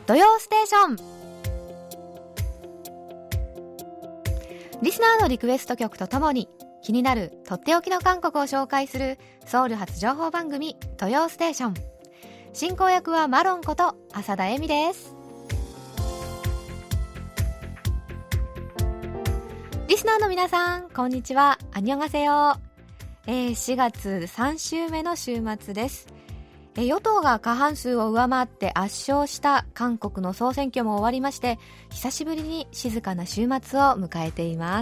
土曜ステーション。リスナーのリクエスト曲とともに気になるとっておきの韓国を紹介するソウル発情報番組土曜ステーション。進行役はマロンこと浅田恵美です。リスナーの皆さんこんにちは。アニョンガセヨ。4月3週目の週末です。与党が過半数を上回って圧勝した韓国の総選挙も終わりまして、久しぶりに静かな週末を迎えています。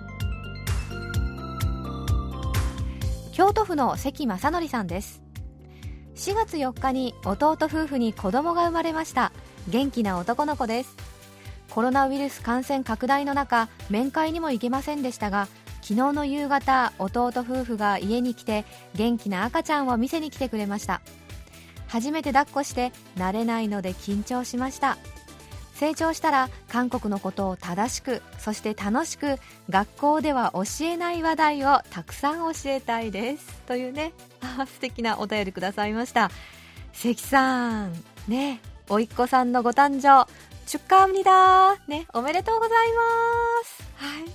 京都府の関正則さんです。4月4日に弟夫婦に子供が生まれました。元気な男の子です。コロナウイルス感染拡大の中、面会にも行けませんでしたが、昨日の夕方、弟夫婦が家に来て元気な赤ちゃんを見せに来てくれました。初めて抱っこして慣れないので緊張しました。成長したら韓国のことを正しく、そして楽しく、学校では教えない話題をたくさん教えたいですというね、素敵なお便りくださいました。関さんね、おいっ子さんのご誕生축하합니다ね、おめでとうございます。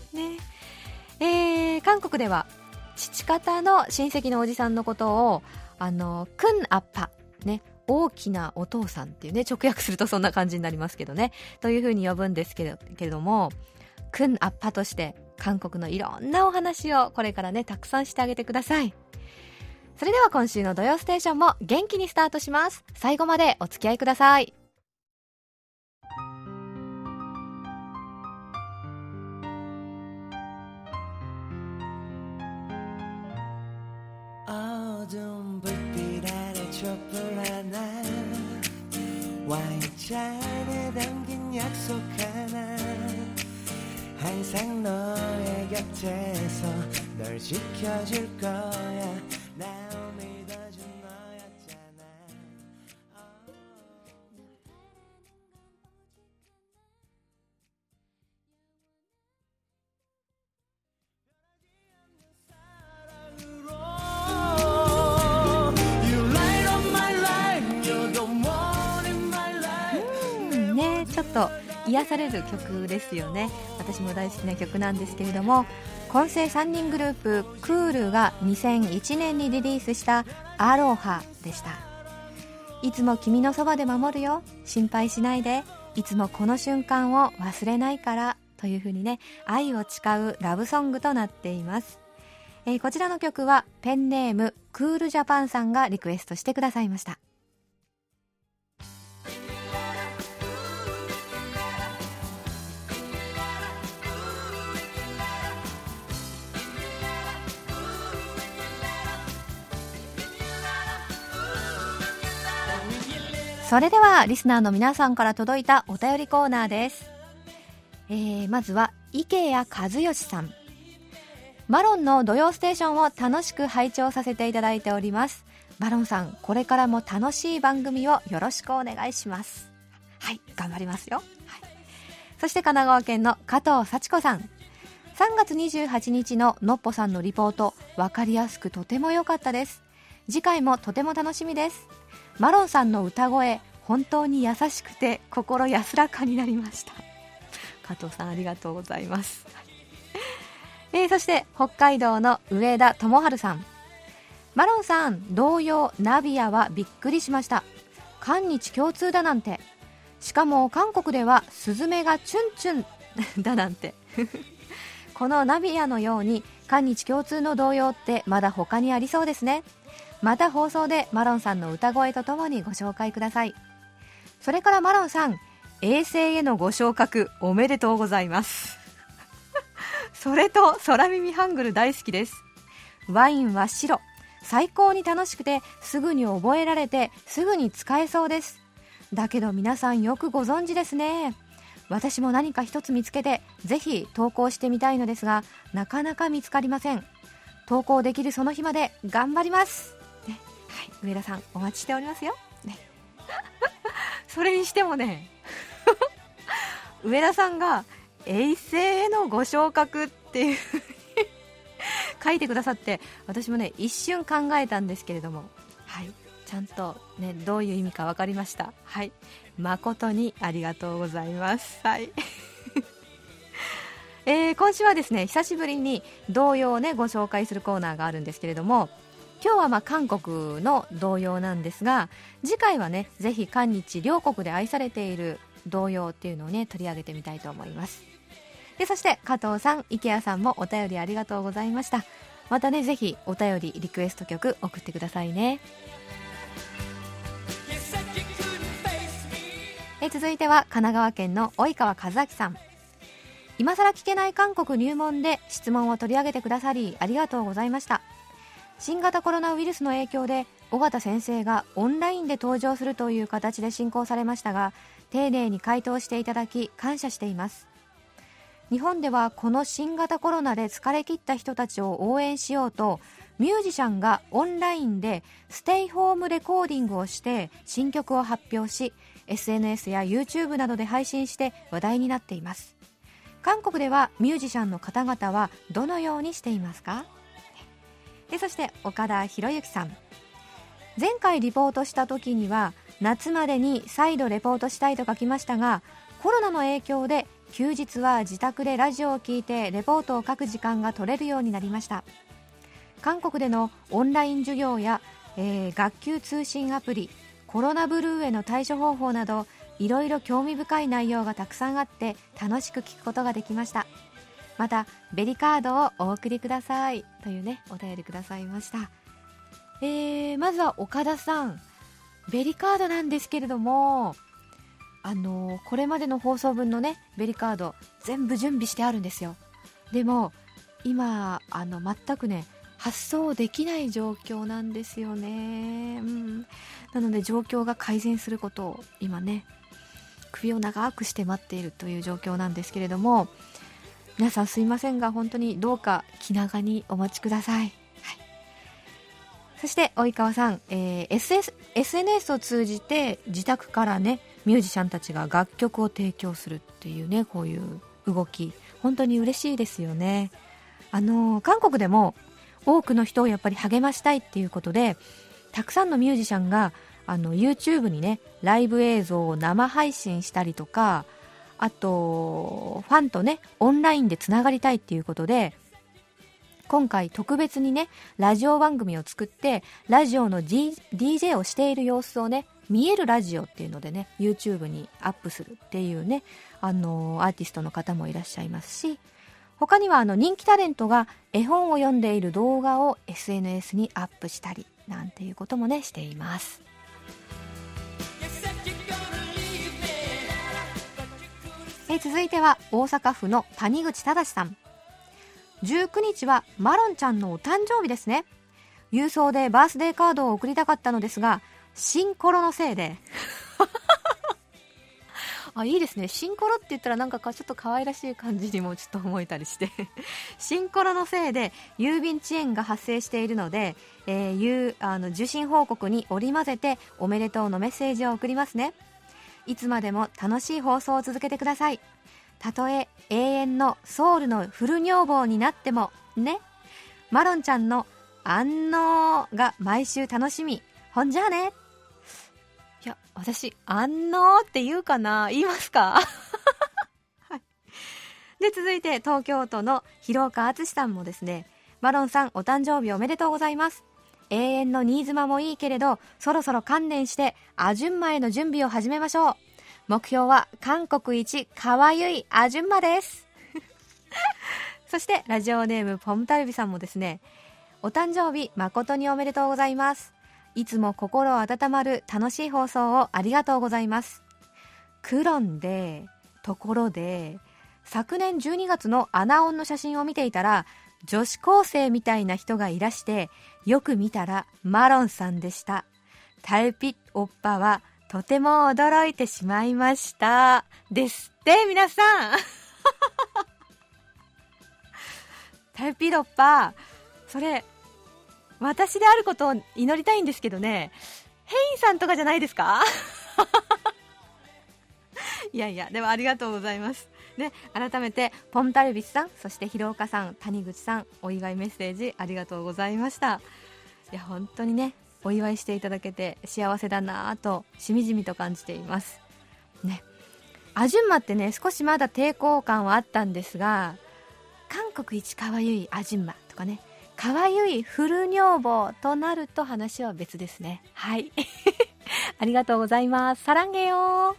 はいね、韓国では父方の親戚のおじさんのことを큰アッパね、大きなお父さんっていうね、直訳するとそんな感じになりますけどね、という風に呼ぶんですけれども、큰アッパとして韓国のいろんなお話をこれからね、たくさんしてあげてください。それでは今週の土曜ステーションも元気にスタートします。最後までお付き合いください。ちょっと癒される曲ですよね。私も大好きな曲なんですけれども、混声3人グループクールが2001年にリリースしたアロハでした。いつも君のそばで守るよ、心配しないで、いつもこの瞬間を忘れないからという風にね、愛を誓うラブソングとなっています。こちらの曲はペンネームクールジャパンさんがリクエストしてくださいました。それではリスナーの皆さんから届いたお便りコーナーです。まずは池谷和義さん。マロンの土曜ステーションを楽しく拝聴させていただいております。マロンさん、これからも楽しい番組をよろしくお願いします。はい、頑張りますよ。はい、そして神奈川県の加藤幸子さん。3月28日ののっぽさんのリポート、わかりやすくとても良かったです。次回もとても楽しみです。マロンさんの歌声、本当に優しくて心安らかになりました。加藤さんありがとうございます。そして北海道の上田智春さん。マロンさん、童謡ナビアはびっくりしました。韓日共通だなんて。しかも韓国ではスズメがチュンチュンだなんて。このナビアのように韓日共通の童謡ってまだ他にありそうですね。また放送でマロンさんの歌声とともにご紹介ください。それからマロンさん、衛星へのご昇格おめでとうございます。それと空耳ハングル大好きです。ワインは白、最高に楽しくてすぐに覚えられてすぐに使えそうです。だけど皆さんよくご存知ですね。私も何か一つ見つけてぜひ投稿してみたいのですが、なかなか見つかりません。投稿できるその日まで頑張ります、ね。はい、上田さんお待ちしておりますよ、ね。それにしてもね上田さんが衛星へのご昇格っていう書いてくださって、私もね一瞬考えたんですけれども、はい、 ちゃんとねどういう意味か分かりました。はい、誠にありがとうございます。はい今週はですね久しぶりに童謡をねご紹介するコーナーがあるんですけれども、今日は韓国の童謡なんですが、次回はねぜひ韓日両国で愛されている童謡っていうのをね取り上げてみたいと思います。でそして加藤さん、池谷さんもお便りありがとうございました。またねぜひお便りリクエスト曲送ってくださいね。続いては神奈川県の及川和明さん。今更聞けない韓国入門で質問を取り上げてくださりありがとうございました。新型コロナウイルスの影響で尾形先生がオンラインで登場するという形で進行されましたが、丁寧に回答していただき感謝しています。日本ではこの新型コロナで疲れ切った人たちを応援しようと、ミュージシャンがオンラインでステイホームレコーディングをして新曲を発表し、 SNS や YouTube などで配信して話題になっています。韓国ではミュージシャンの方々はどのようにしていますか？でそして岡田博之さん。前回リポートした時には夏までに再度レポートしたいと書きましたが、コロナの影響で休日は自宅でラジオを聞いてレポートを書く時間が取れるようになりました。韓国でのオンライン授業や、学級通信アプリ、コロナブルーへの対処方法などいろいろ興味深い内容がたくさんあって楽しく聞くことができました。またベリカードをお送りくださいというねお便りくださいました。まずは岡田さん、ベリカードなんですけれども、これまでの放送分のねベリカード全部準備してあるんですよ。でも今全くね発送できない状況なんですよね。なので状況が改善することを今ね首を長くして待っているという状況なんですけれども、皆さんすいませんが本当にどうか気長にお待ちください。はい、そして及川さん、SNS を通じて自宅からねミュージシャンたちが楽曲を提供するっていうねこういう動き本当に嬉しいですよね。韓国でも多くの人をやっぱり励ましたいっていうことで、たくさんのミュージシャンがYouTube にねライブ映像を生配信したりとか、あとファンとねオンラインでつながりたいっていうことで、今回特別にねラジオ番組を作ってラジオの、DJ をしている様子をね見えるラジオっていうのでね YouTube にアップするっていうねアーティストの方もいらっしゃいますし、他には人気タレントが絵本を読んでいる動画を SNS にアップしたりなんていうこともねしています。続いては大阪府の谷口忠さん。19日はマロンちゃんのお誕生日ですね。郵送でバースデーカードを送りたかったのですが、新コロのせいでいいですね、新コロって言ったらなんかちょっと可愛らしい感じにもちょっと思えたりして新コロのせいで郵便遅延が発生しているので、受信報告に織り交ぜておめでとうのメッセージを送りますね。いつまでも楽しい放送を続けてください。たとえ永遠のソウルのフル女房になってもね。マロンちゃんの安納が毎週楽しみ。ほんじゃあね。いや私安納って言うかな、言いますかはい、で続いて東京都の広岡敦さんもですね、マロンさんお誕生日おめでとうございます。永遠の新妻もいいけれどそろそろ観念してアジュンマへの準備を始めましょう。目標は韓国一かわゆいアジュンマですそしてラジオネームポムタルビさんもですね、お誕生日誠におめでとうございます。いつも心温まる楽しい放送をありがとうございます。クロンでところで昨年12月のアナオンの写真を見ていたら女子高生みたいな人がいらして、よく見たらマロンさんでした。タルピッオッパはとても驚いてしまいましたですって皆さんタルピッオッパ、それ私であることを祈りたいんですけどね、ヘインさんとかじゃないですかいやいや、でもありがとうございますね。改めてポンタルビスさん、そして広岡さん、谷口さん、お祝いメッセージありがとうございました。いや本当にね、 お祝いしていただけて幸せだなぁとしみじみと感じていますね。アジュンマってね、少しまだ抵抗感はあったんですが、韓国一かわゆいアジュンマとかね、かわゆいフル女房となると話は別ですね。はいありがとうございます。サランゲよ。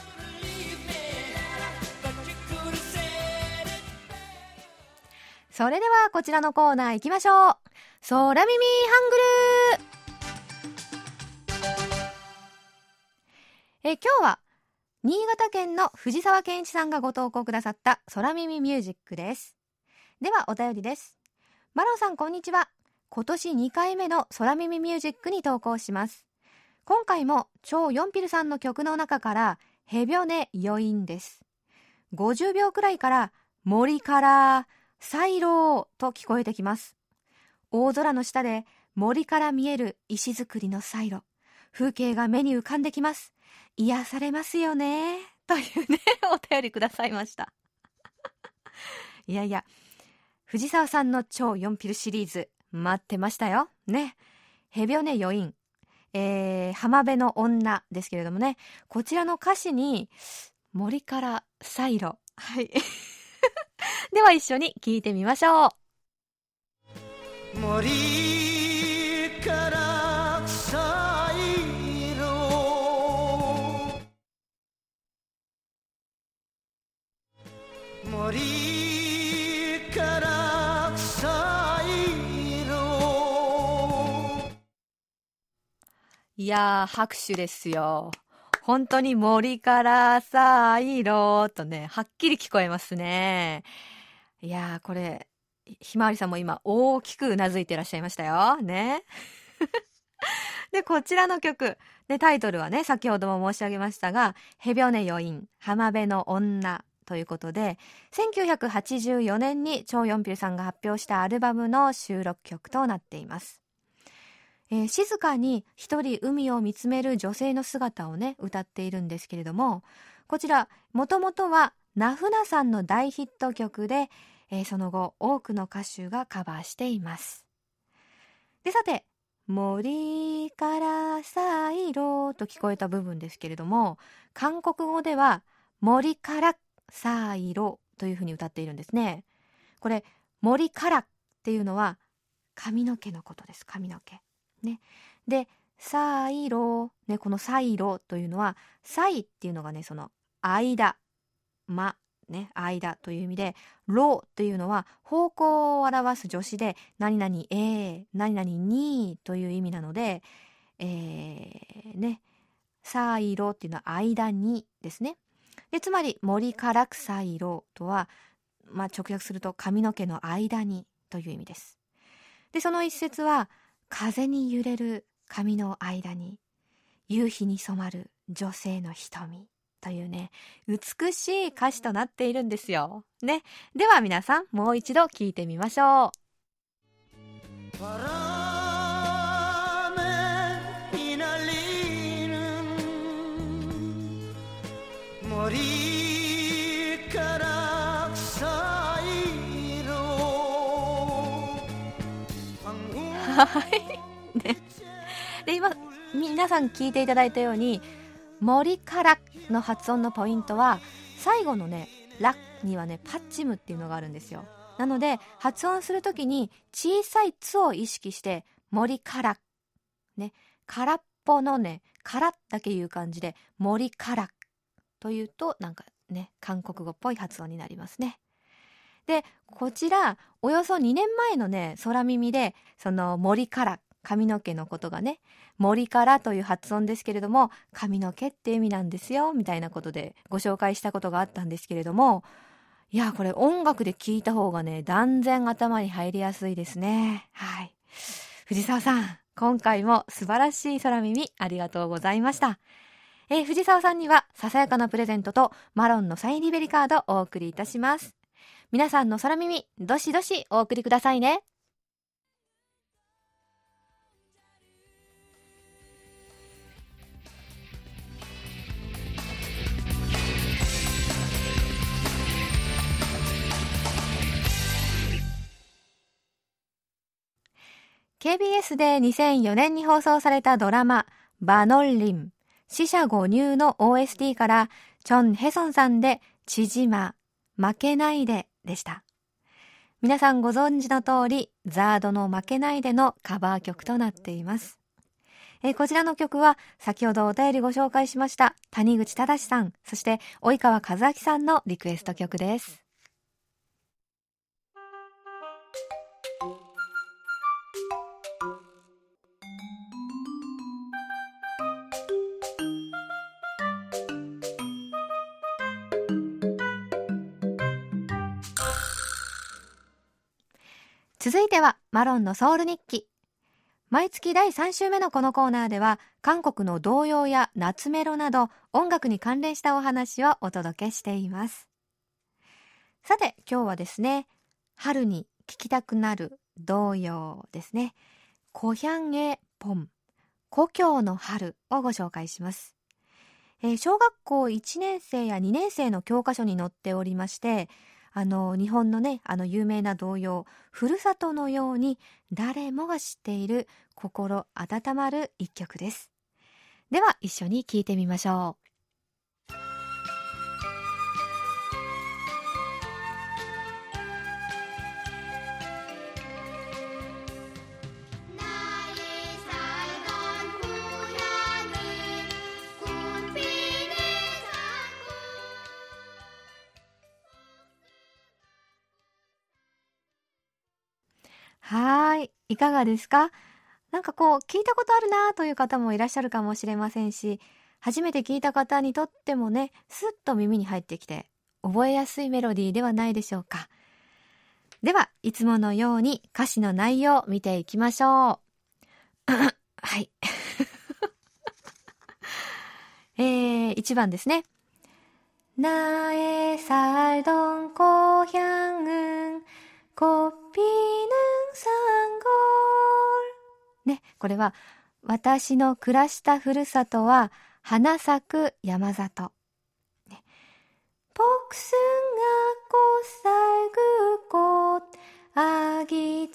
それではこちらのコーナー行きましょう。空耳ハングル。今日は新潟県の藤沢健一さんがご投稿くださった空耳ミュージックです。ではお便りです。マロンさんこんにちは。今年2回目の空耳ミュージックに投稿します。今回も超ヨンピルさんの曲の中からヘビョネ余韻です。50秒くらいから森からサイローと聞こえてきます。大空の下で森から見える石造りのサイロ、風景が目に浮かんできます。癒されますよねというねお便りくださいましたいやいや、藤沢さんの超ヨンピルシリーズ待ってましたよね。ヘビョネ余韻、浜辺の女ですけれどもね、こちらの歌詞に森からサイロ、はいでは一緒に聞いてみましょう。森からサイロ、森からサイロ。いやー、拍手ですよ。本当に森からサイロとね、はっきり聞こえますね。いやー、これひまわりさんも今大きくうなずいてらっしゃいましたよねで、こちらの曲でタイトルはね、先ほども申し上げましたが、ヘビョネ余韻、浜辺の女ということで、1984年にチョ・ヨンピルさんが発表したアルバムの収録曲となっています。静かに一人海を見つめる女性の姿をね、歌っているんですけれども、こちらもともとはナフナさんの大ヒット曲で、その後多くの歌手がカバーしています。で、さて、森からサイロと聞こえた部分ですけれども、韓国語では森からサイロというふうに歌っているんですね。これ森からっていうのは髪の毛のことです。髪の毛ね。で、サイロ、ね、このサイロというのは、サイっていうのがね、その間、ね、間という意味で、ロというのは方向を表す助詞で、何々何々にという意味なので、ね、サイロっていうのは間にですね。で、つまり森からサイロとは、直訳すると髪の毛の間にという意味です。で、その一節は、風に揺れる髪の間に夕日に染まる女性の瞳というね、美しい歌詞となっているんですよね。では皆さん、もう一度聞いてみましょう。森からサイロ。はいね。で、今皆さん聞いていただいたように、森からの発音のポイントは、最後のねラにはねパッチムっていうのがあるんですよ。なので発音するときに小さいつを意識して、森からね、空っぽのね、からだけいう感じで森からというと、なんかね、韓国語っぽい発音になりますね。で、こちらおよそ2年前のね空耳で、その森から髪の毛のことがね、森からという発音ですけれども、髪の毛って意味なんですよみたいなことでご紹介したことがあったんですけれども、いや、これ音楽で聞いた方がね、断然頭に入りやすいですね。はい。藤沢さん、今回も素晴らしい空耳ありがとうございました。藤沢さんにはささやかなプレゼントとマロンのサインリベリカードをお送りいたします。皆さんの空耳、どしどしお送りくださいね。 KBS で2004年に放送されたドラマバノッリン死者誤入の OST からチョン・ヘソンさんでちじま負けないででした。皆さんご存知の通りザードの負けないでのカバー曲となっています。こちらの曲は先ほどお便りご紹介しました谷口忠さん、そして及川和明さんのリクエスト曲です。続いてはマロンのソウル日記。毎月第3週目のこのコーナーでは韓国の童謡や夏メロなど音楽に関連したお話をお届けしています。さて今日はですね、春に聴きたくなる童謡ですね、고향의 봄、故郷の春をご紹介します。小学校1年生や2年生の教科書に載っておりまして、日本のね、有名な童謡ふるさとのように誰もが知っている心温まる一曲です。では一緒に聴いてみましょう。はい、いかがですか？なんかこう聞いたことあるなという方もいらっしゃるかもしれませんし、初めて聞いた方にとってもね、スッと耳に入ってきて覚えやすいメロディーではないでしょうか。ではいつものように歌詞の内容を見ていきましょう。はい1番ですね。나의살던 고향은 꽃 피는 산골。ね、これは私の暮らしたふるさとは花咲く山里。ね、복숭아꽃 살구꽃 아기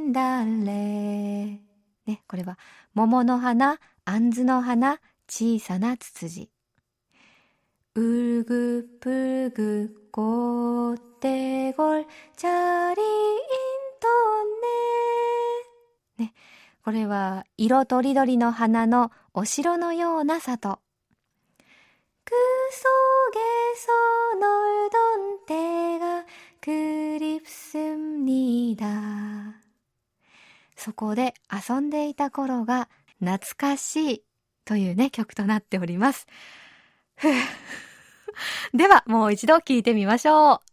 진달래。ね、これは桃の花、杏の花、小さなツツジ。울긋불긋 꽃대골 자리인 돈네。ね、これは色とりどりの花のお城のような里。그 속에서 놀던 때가 그립습니다。そこで遊んでいた頃が懐かしいというね、曲となっております。ではもう一度聞いてみましょう。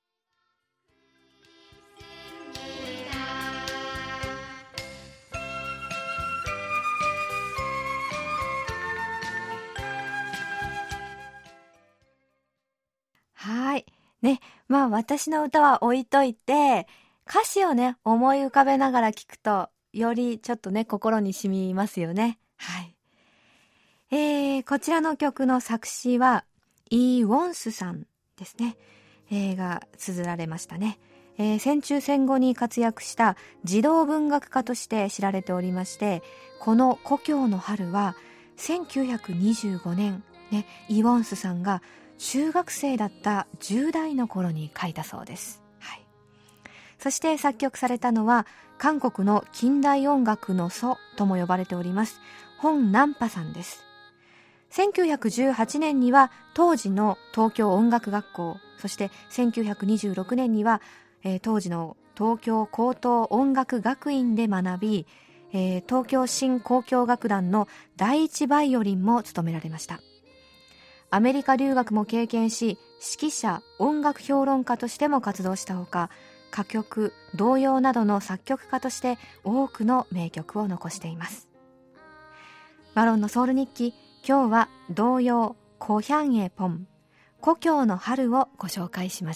はいね、まあ私の歌は置いといて、歌詞をね思い浮かべながら聞くとよりちょっとね心に染みますよね。はい。こちらの曲の作詞はイ・ウォンスさんですね、が綴られましたね。戦中戦後に活躍した児童文学家として知られておりまして、この故郷の春は1925年、ね、イ・ウォンスさんが中学生だった10代の頃に書いたそうです。はい、そして作曲されたのは韓国の近代音楽の祖とも呼ばれておりますホン・ナンパさんです。1918年には当時の東京音楽学校、そして1926年には、当時の東京高等音楽学院で学び、東京新交響楽団の第一バイオリンも務められました。アメリカ留学も経験し、指揮者、音楽評論家としても活動したほか、歌曲、童謡などの作曲家として多くの名曲を残しています。マロンのソウル日記、今日は童謡고향의 봄、故郷の春をご紹介しました。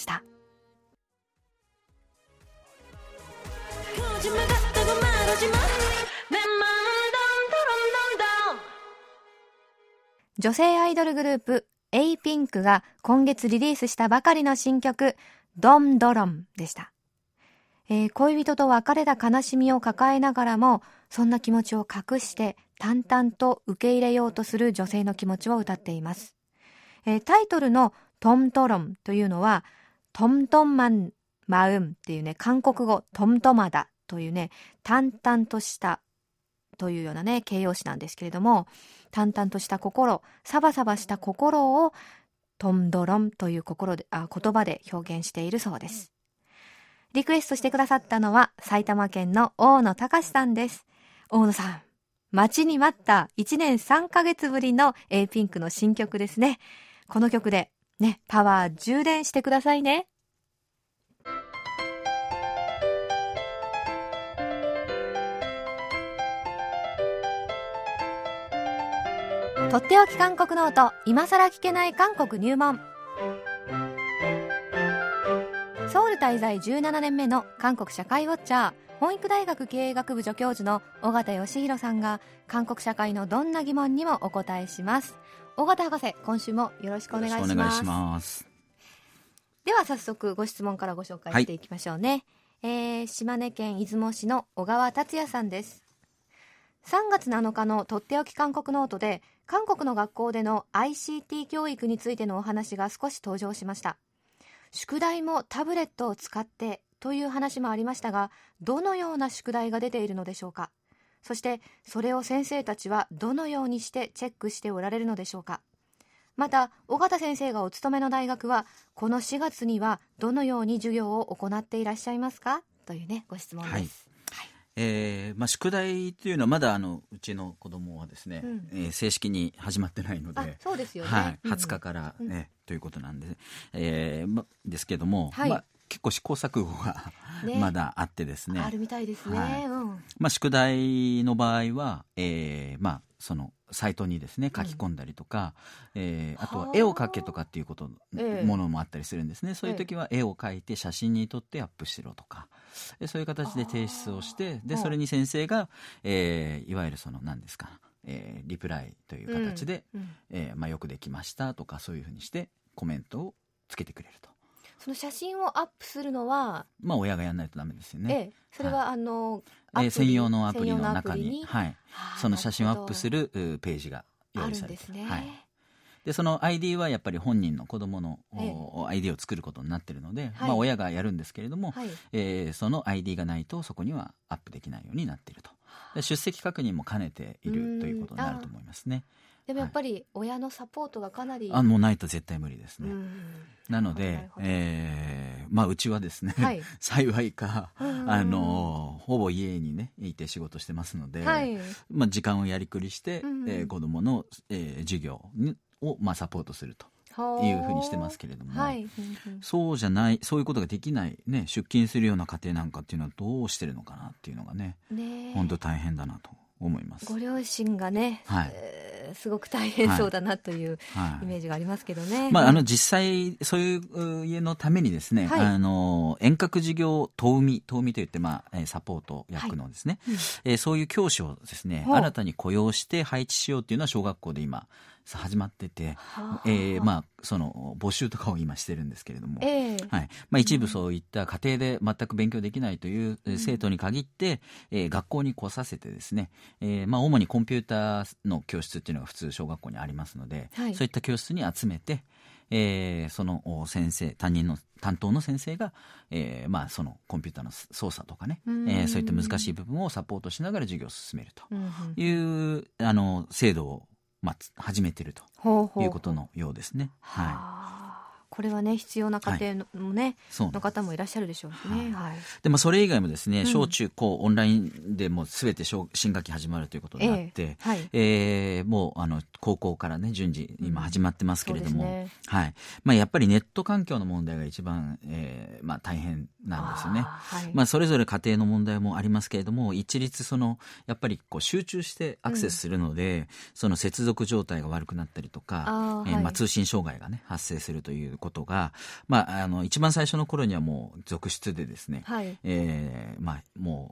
女性アイドルグループエイピンクが今月リリースしたばかりの新曲ドンドロンでした。 恋人と別れた悲しみを抱えながらも、そんな気持ちを隠して淡々と受け入れようとする女性の気持ちを歌っています。タイトルのトムトロムというのは、トムトンマンマウンっていうね、韓国語トムトマダというね、淡々としたというようなね、形容詞なんですけれども、淡々とした心、サバサバした心をトムドロムという言葉で表現しているそうです。リクエストしてくださったのは埼玉県の大野隆さんです。大野さん、待ちに待った1年3ヶ月ぶりの A ピンクの新曲ですね。この曲でね、パワー充電してくださいね。とっておき韓国ノート、今さら聞けない韓国入門。ソウル滞在17年目の韓国社会ウォッチャー、本育大学経営学部助教授の尾形義弘さんが韓国社会のどんな疑問にもお答えします。尾形博士、今週もよろしくお願いします。 よろしくお願いします。 では早速ご質問からご紹介していきましょうね。島根県出雲市の小川達也さんです。3月7日のとっておき韓国ノートで、韓国の学校での ICT 教育についてのお話が少し登場しました。宿題もタブレットを使ってという話もありましたが、どのような宿題が出ているのでしょうか。そしてそれを先生たちはどのようにしてチェックしておられるのでしょうか。また尾形先生がお勤めの大学はこの4月にはどのように授業を行っていらっしゃいますか、というね、ご質問です。 宿題というのはまだうちの子供はですね、正式に始まってないので、 そうですよね、 20日から、ということなんで、ですけども、結構試行錯誤が、まだあってですね、 あるみたいですね。 宿題の場合は、そのサイトにですね書き込んだりとか、あとは絵を描けとかっていうものもあったりするんですね。そういう時は絵を描いて写真に撮ってアップしろとか、そういう形で提出をして、でそれに先生が、いわゆるその何ですか、リプライという形で、よくできましたとか、そういうふうにしてコメントをつけてくれると。 その写真をアップするのは、 親がやらないとダメですよね。 それは専用のアプリの中に、その写真をアップするページが用意されている。でその ID はやっぱり本人の子供の ID を作ることになっているので、親がやるんですけれども、その ID がないとそこにはアップできないようになっていると。で出席確認も兼ねているということになると思いますね。 でもやっぱり親のサポートがかなり、 もうないと絶対無理ですね。なので、うちはですね、幸いか、ほぼ家にねいて仕事してますので、時間をやりくりして、子どもの、授業を、サポートするというふうにしてますけれども、そうじゃない、そういうことができない、ね、出勤するような家庭なんかっていうのはどうしてるのかなっていうのがね、本当大変だなと思います。 ご両親がね、すごく大変そうだなというイメージがありますけどね。 実際そういう家のためにですね、遠隔授業トウミといって、サポート役のですね、そういう教師をですね、新たに雇用して配置しようっていうのは小学校で今始まってて、その募集とかを今してるんですけれども、一部そういった家庭で全く勉強できないという生徒に限って、学校に来させてですね、主にコンピューターの教室っていうのが普通小学校にありますので、そういった教室に集めて、その先生、担当の先生が、そのコンピューターの操作とかね、そういった難しい部分をサポートしながら授業を進めるという、制度を始めているということのようですね。 これはね、必要な家庭の、の方もいらっしゃるでしょうしね。 でもそれ以外もですね、小中高オンラインでも全て新学期始まるということになって、もう高校からね順次今始まってますけれども、やっぱりネット環境の問題が一番、大変なんですよね。それぞれ家庭の問題もありますけれども、一律やっぱり集中してアクセスするので、その接続状態が悪くなったりとか、通信障害がね発生するということが、一番最初の頃にはもう続出でですね、も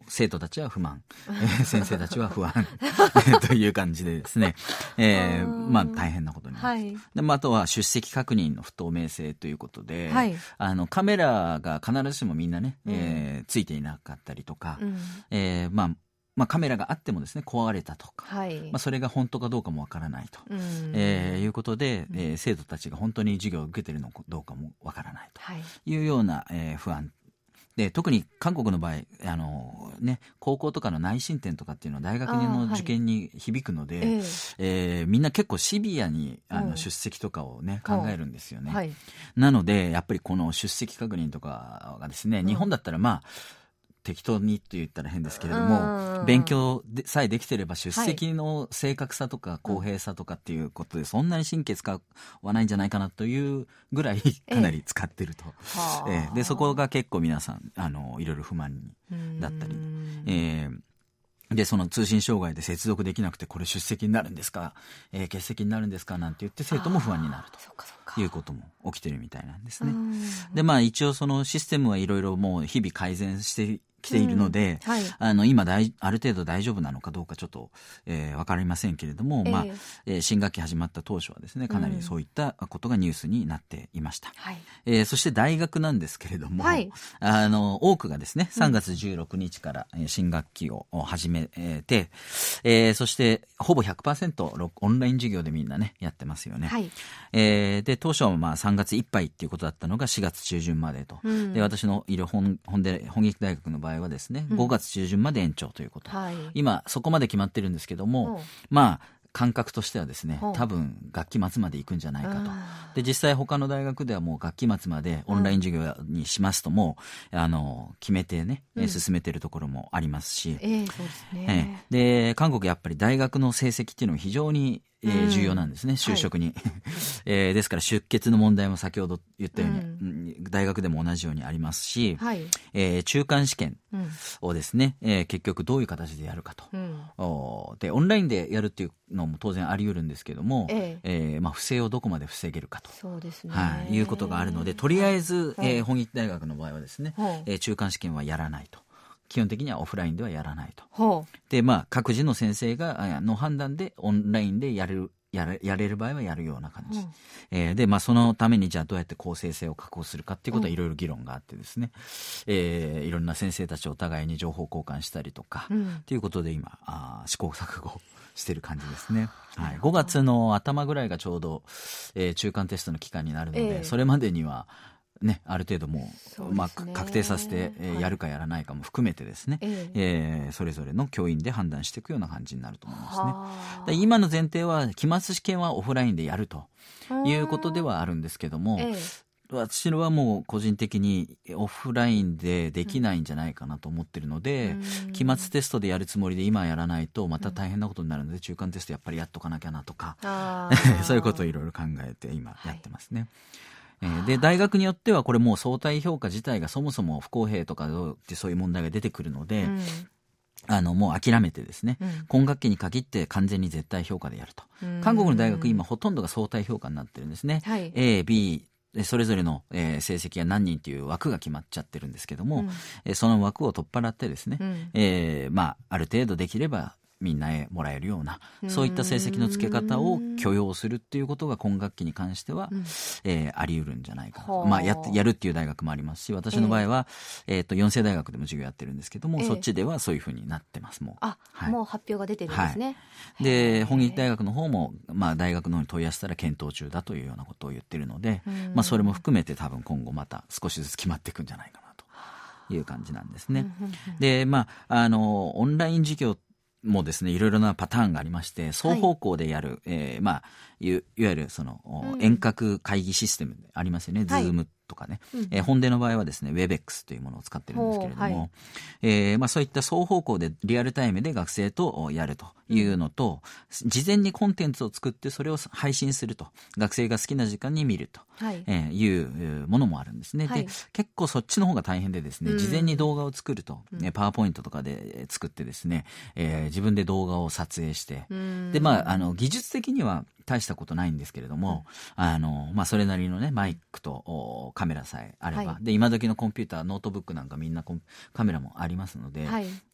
生徒たちは不満、先生たちは不安という感じでですね、まあ大変なことになる、はい、であとは出席確認の不透明性ということで、はい、カメラが必ずしもみんなね、ついていなかったりとか、まあ、カメラがあってもですね壊れたとか、はい、まあ、それが本当かどうかもわからないと、いうことで、生徒たちが本当に授業を受けているのかどうかもわからないというような、不安で、特に韓国の場合ね、高校とかの内申点とかっていうのは大学の受験に響くので、みんな結構シビアに出席とかをね考えるんですよね、はい、なのでやっぱりこの出席確認とかがですね、日本だったらまあ適当にって言ったら変ですけれども、勉強でさえできてれば出席の正確さとか公平さとかっていうことでそんなに神経使わないんじゃないかなというぐらいかなり使ってると、でそこが結構皆さんいろいろ不満にだったり、でその通信障害で接続できなくてこれ出席になるんですか、欠席になるんですかなんて言って生徒も不安になるということも起きてるみたいなんですね。でまあ一応そのシステムはいろいろもう日々改善してきているので、はい、今ある程度大丈夫なのかどうかちょっとわかりませんけれども、まあ新学期始まった当初はですねかなりそういったことがニュースになっていました、はい、そして大学なんですけれども、はい、多くがですね3月16日から新学期を始めて、そしてほぼ 100% オンライン授業でみんなねやってますよね、はい、で当初はまあ3月いっぱいっていうことだったのが4月中旬までと、で私のいる本劇大学の場合はですね、5月中旬まで延長ということ、はい、今そこまで決まってるんですけども、まあ感覚としてはですね多分学期末まで行くんじゃないかと。で実際他の大学ではもう学期末までオンライン授業にしますとも決めてね、進めてるところもありますし、そうですね、で韓国やっぱり大学の成績っていうのが非常に重要なんですね、就職に、はいですから出欠の問題も先ほど言ったように、大学でも同じようにありますし、はい中間試験をですね、結局どういう形でやるかと、でオンラインでやるっていうのも当然あり得るんですけども、まあ、不正をどこまで防げるかとそうですね、はい、いうことがあるのでとりあえず、本劇大学の場合はですね、中間試験はやらないと。基本的にはオフラインではやらないと。でまあ各自の先生がの判断でオンラインでやれる場合はやるような感じ、でまあそのためにじゃあどうやって公正性を確保するかっていうことはいろいろ議論があってですね、いろんな先生たちお互いに情報交換したりとか、っていうことで今試行錯誤してる感じですね、はい、5月の頭ぐらいがちょうど、中間テストの期間になるので、それまでにはね、ある程度もう、まあ、確定させて、やるかやらないかも含めてですね、それぞれの教員で判断していくような感じになると思いますね。で今の前提は期末試験はオフラインでやるということではあるんですけども、私はもう個人的にオフラインでできないんじゃないかなと思ってるので、期末テストでやるつもりで今やらないとまた大変なことになるので、中間テストやっぱりやっとかなきゃなとかそういうことをいろいろ考えて今やってますね、で大学によってはこれもう相対評価自体がそもそも不公平とかってそういう問題が出てくるので、もう諦めてですね、今学期に限って完全に絶対評価でやると。韓国の大学今ほとんどが相対評価になってるんですね、はい、A、Bそれぞれの、成績が何人という枠が決まっちゃってるんですけども、その枠を取っ払ってですね、まあ、ある程度できればみんなへもらえるようなそういった成績の付け方を許容するっていうことが今学期に関しては、あり得るんじゃないかな、まあ、やるっていう大学もありますし、私の場合は、四世大学でも授業やってるんですけども、そっちではそういうふうになってますもう。 はい、もう発表が出てるんですね、 はい、で本劇大学の方も、まあ、大学の方に問い合わせたら検討中だというようなことを言ってるので、まあ、それも含めて多分今後また少しずつ決まっていくんじゃないかなという感じなんですね。でまあオンライン授業もですねいろいろなパターンがありまして、双方向でやる、まあ、いわゆるその、遠隔会議システムありますよね、Zoom とかね、本での場合はですね WebEx というものを使ってるんですけれども、まあ、そういった双方向でリアルタイムで学生とやるというのと、事前にコンテンツを作ってそれを配信すると、学生が好きな時間に見ると、いうものもあるんですね、で結構そっちの方が大変でですね、事前に動画を作ると、パワーポイントとかで作ってですね、自分で動画を撮影して、でまあ技術的には大したことないんですけれども、まあ、それなりのねマイクとカメラさえあれば、で今時のコンピューターノートブックなんかみんなカメラもありますので、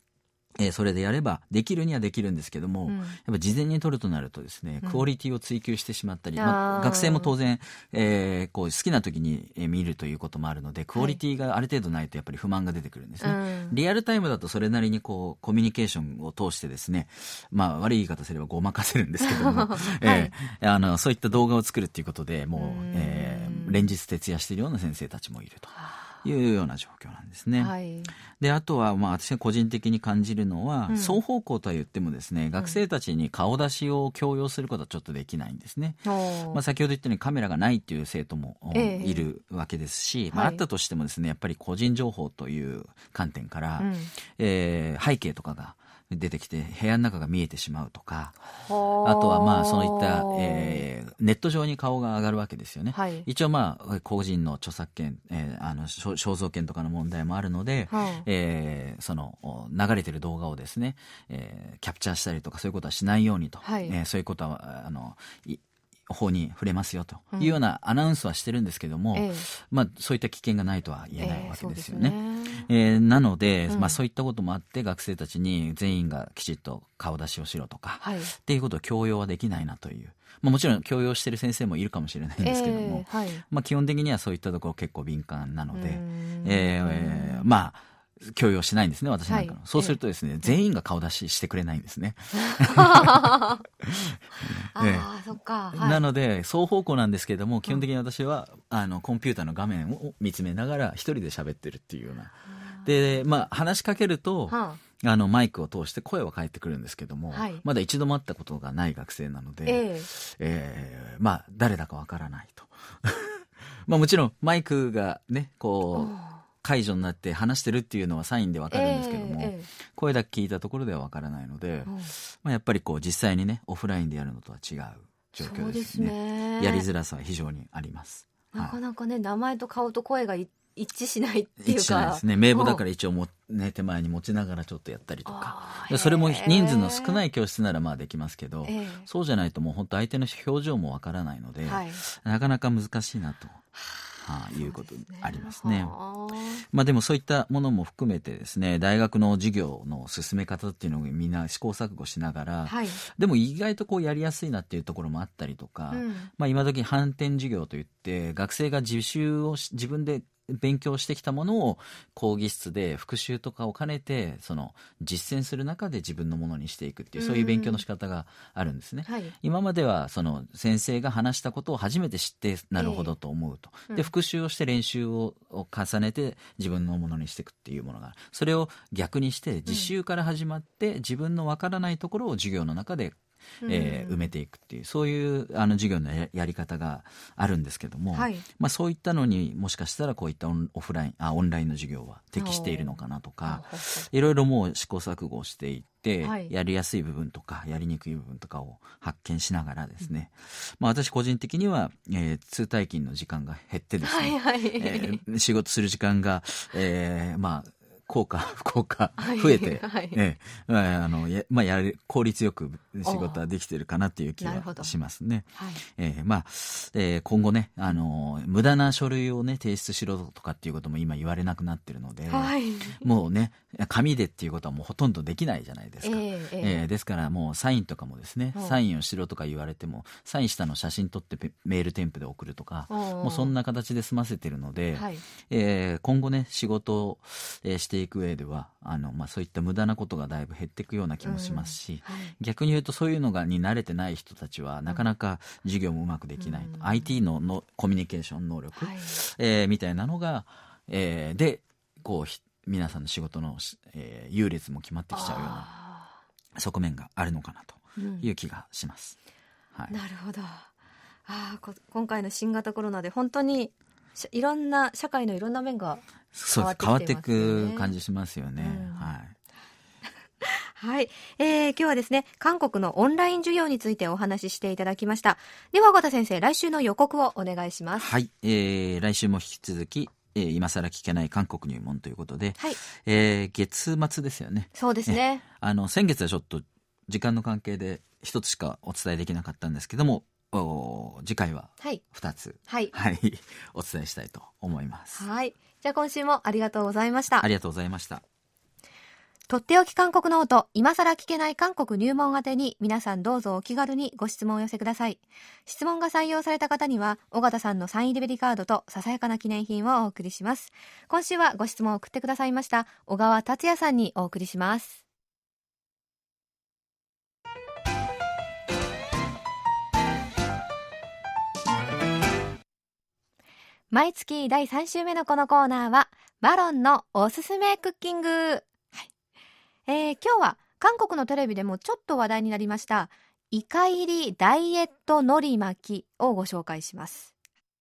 それでやればできるにはできるんですけども、やっぱ事前に取るとなるとですね、クオリティを追求してしまったり、学生も当然、こう好きな時に見るということもあるので、クオリティがある程度ないとやっぱり不満が出てくるんですね。リアルタイムだとそれなりにこうコミュニケーションを通してですね、悪い言い方すればごまかせるんですけども、そういった動画を作るっていうことでもう、連日徹夜しているような先生たちもいるというような状況なんですね。で、あとは私が個人的に感じるのは、双方向とは言ってもですね、学生たちに顔出しを強要することはちょっとできないんですね。先ほど言ったようにカメラがないっていう生徒もいるわけですし、あったとしてもですね、やっぱり個人情報という観点から、背景とかが出てきて部屋の中が見えてしまうとか、あとはそういった、ネット上に顔が上がるわけですよね。一応個人の著作権、肖像権とかの問題もあるので、その流れてる動画をですね、キャプチャーしたりとかそういうことはしないようにと、そういうことは法に触れますよというようなアナウンスはしてるんですけども、そういった危険がないとは言えないわけですよね。なので、そういったこともあって学生たちに全員がきちっと顔出しをしろとか、っていうことを強要はできないなという、もちろん強要してる先生もいるかもしれないんですけども、基本的にはそういったところ結構敏感なので、強要しないんですね、私なんかの。そうするとですね、全員が顔出ししてくれないんですね。 そっか。 なので、双方向なんですけども、基本的に私は、コンピューターの画面を見つめながら一人で喋ってるっていうような。で、話しかけると、マイクを通して声は返ってくるんですけども、まだ一度も会ったことがない学生なので、誰だかわからないと。もちろん、マイクがね、解除になって話してるっていうのはサインでわかるんですけども、声だけ聞いたところではわからないので、やっぱり実際にね、オフラインでやるのとは違う状況ですね。やりづらさは非常にあります。 なかなかね、名前と顔と声が一致しないっていうか。 一致しないですね。名簿だから一応手前に持ちながらちょっとやったりとか。それも人数の少ない教室ならできますけど、そうじゃないともう本当相手の表情もわからないので、なかなか難しいなと。いうことありますね。でもそういったものも含めてですね、大学の授業の進め方っていうのをみんな試行錯誤しながら、でも意外とやりやすいなっていうところもあったりとか、今時反転授業といって学生が自習を自分で勉強してきたものを講義室で復習とかを兼ねて実践する中で自分のものにしていくっていう、そういう勉強の仕方があるんですね。今までは先生が話したことを初めて知ってなるほどと思うと、で復習をして練習を重ねて自分のものにしていくっていうものがある。それを逆にして自習から始まって自分のわからないところを授業の中で埋めていくっていう、そういう授業の やり方があるんですけども、そういったのにもしかしたらこういったオンラインの授業は適しているのかなとか、いろいろもう試行錯誤していって、やりやすい部分とかやりにくい部分とかを発見しながらですね、私個人的には、通退勤の時間が減ってですね、仕事する時間が、効果不効果増えて、効率よく仕事はできてるかなっていう気がしますね。今後ね、無駄な書類をね提出しろとかっていうことも今言われなくなってるので、もうね紙でっていうことはもうほとんどできないじゃないですか。ですからもうサインとかもですね、サインをしろとか言われてもサインしたのを写真撮ってメール添付で送るとか、もうそんな形で済ませてるので、今後ね仕事をしていく上ではそういった無駄なことがだいぶ減っていくような気もしますし、逆に言うとそういうのに慣れてない人たちはなかなか授業もうまくできないと、IT のコミュニケーション能力、みたいなのが、で皆さんの仕事の、優劣も決まってきちゃうような側面があるのかなという気がします。 なるほど。今回の新型コロナで本当にいろんな社会のいろんな面が変わっていく感じしますよね。 はい、今日はですね、韓国のオンライン授業についてお話ししていただきました。では尾形先生、来週の予告をお願いします。 はい、来週も引き続き、今更聞けない韓国入門ということで、月末ですよね。 そうですね。 先月はちょっと時間の関係で一つしかお伝えできなかったんですけども、次回は2つ、お伝えしたいと思います。 じゃあ今週もありがとうございました。 ありがとうございました。 とっておき韓国ノート、今更聞けない韓国入門宛てに皆さんどうぞお気軽にご質問をお寄せください。質問が採用された方には尾形さんのサイン入りベリカードとささやかな記念品をお送りします。今週はご質問を送ってくださいました小川達也さんにお送りします。毎月第3週目のこのコーナーはマロンのおすすめクッキング。今日は韓国のテレビでもちょっと話題になりましたイカ入りダイエット海苔巻きをご紹介します。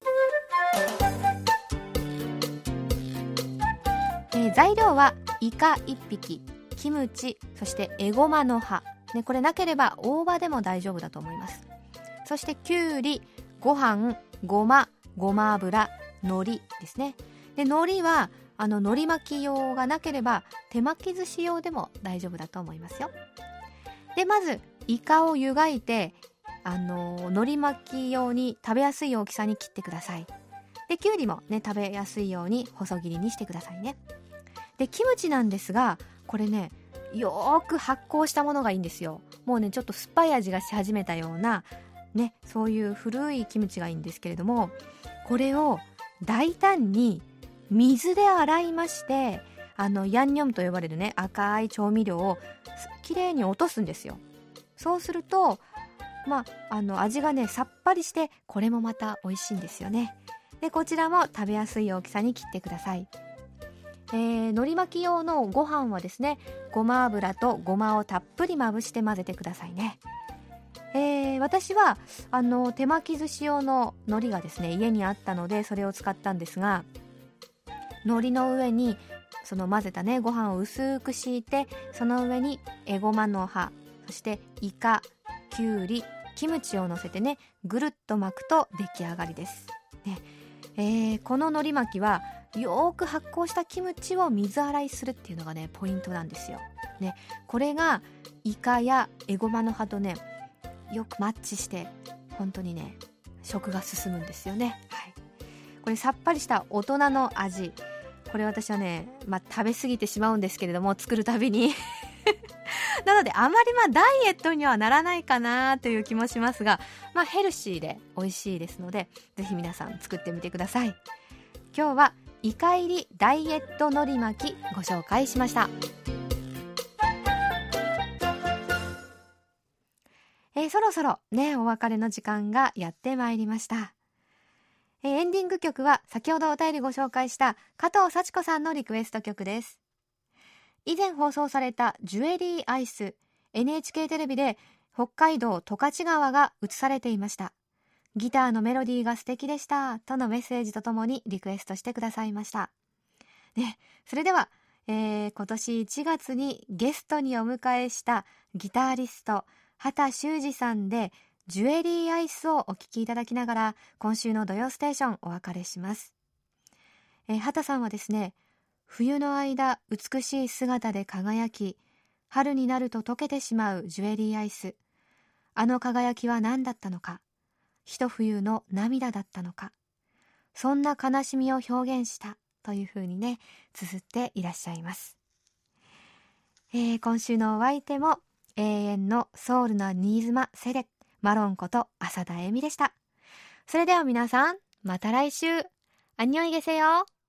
材料はイカ1匹、キムチ、そしてエゴマの葉、ね、これなければ大葉でも大丈夫だと思います。そしてきゅうり、ご飯、ごま、ごま油、海苔ですね。で海苔は海苔巻き用がなければ手巻き寿司用でも大丈夫だと思いますよ。でまずイカを湯がいて海苔巻き用に食べやすい大きさに切ってください。できゅうりもね食べやすいように細切りにしてくださいね。でキムチなんですがこれねよーく発酵したものがいいんですよ。もうねちょっと酸っぱい味がし始めたようなねそういう古いキムチがいいんですけれども、これを大胆に水で洗いましてヤンニョムと呼ばれるね赤い調味料をきれいに落とすんですよ。そうすると味がねさっぱりしてこれもまた美味しいんですよね。でこちらも食べやすい大きさに切ってください。海苔巻き用のご飯はですねごま油とごまをたっぷりまぶして混ぜてくださいね。私は手巻き寿司用の海苔がですね家にあったのでそれを使ったんですが、海苔の上にその混ぜたねご飯を薄く敷いてその上にエゴマの葉、そしてイカ、きゅうり、キムチを乗せてねぐるっと巻くと出来上がりです、ね。この海苔巻きはよーく発酵したキムチを水洗いするっていうのがねポイントなんですよ、ね。これがイカやエゴマの葉とねよくマッチして本当にね食が進むんですよね、はい。これさっぱりした大人の味、これ私はね、食べ過ぎてしまうんですけれども作るたびになのであまりダイエットにはならないかなという気もしますが、ヘルシーで美味しいですのでぜひ皆さん作ってみてください。今日はイカ入りダイエット海苔巻きご紹介しました。そろそろねお別れの時間がやってまいりました。エンディング曲は先ほどお便りご紹介した加藤幸子さんのリクエスト曲です。以前放送されたジュエリーアイス、 NHK テレビで北海道十勝川が映されていました。ギターのメロディーが素敵でしたとのメッセージとともにリクエストしてくださいました、ね。それでは、今年1月にゲストにお迎えしたギタリスト畑修二さんでジュエリーアイスをお聴きいただきながら今週の土曜ステーションお別れします。畑さんはですね、冬の間美しい姿で輝き春になると溶けてしまうジュエリーアイス、あの輝きは何だったのか、一冬の涙だったのか、そんな悲しみを表現したというふうにね綴っていらっしゃいます。今週のお相手も永遠のソウルの新妻セレマロンこと浅田恵美でした。それでは皆さんまた来週。안녕히 계세요。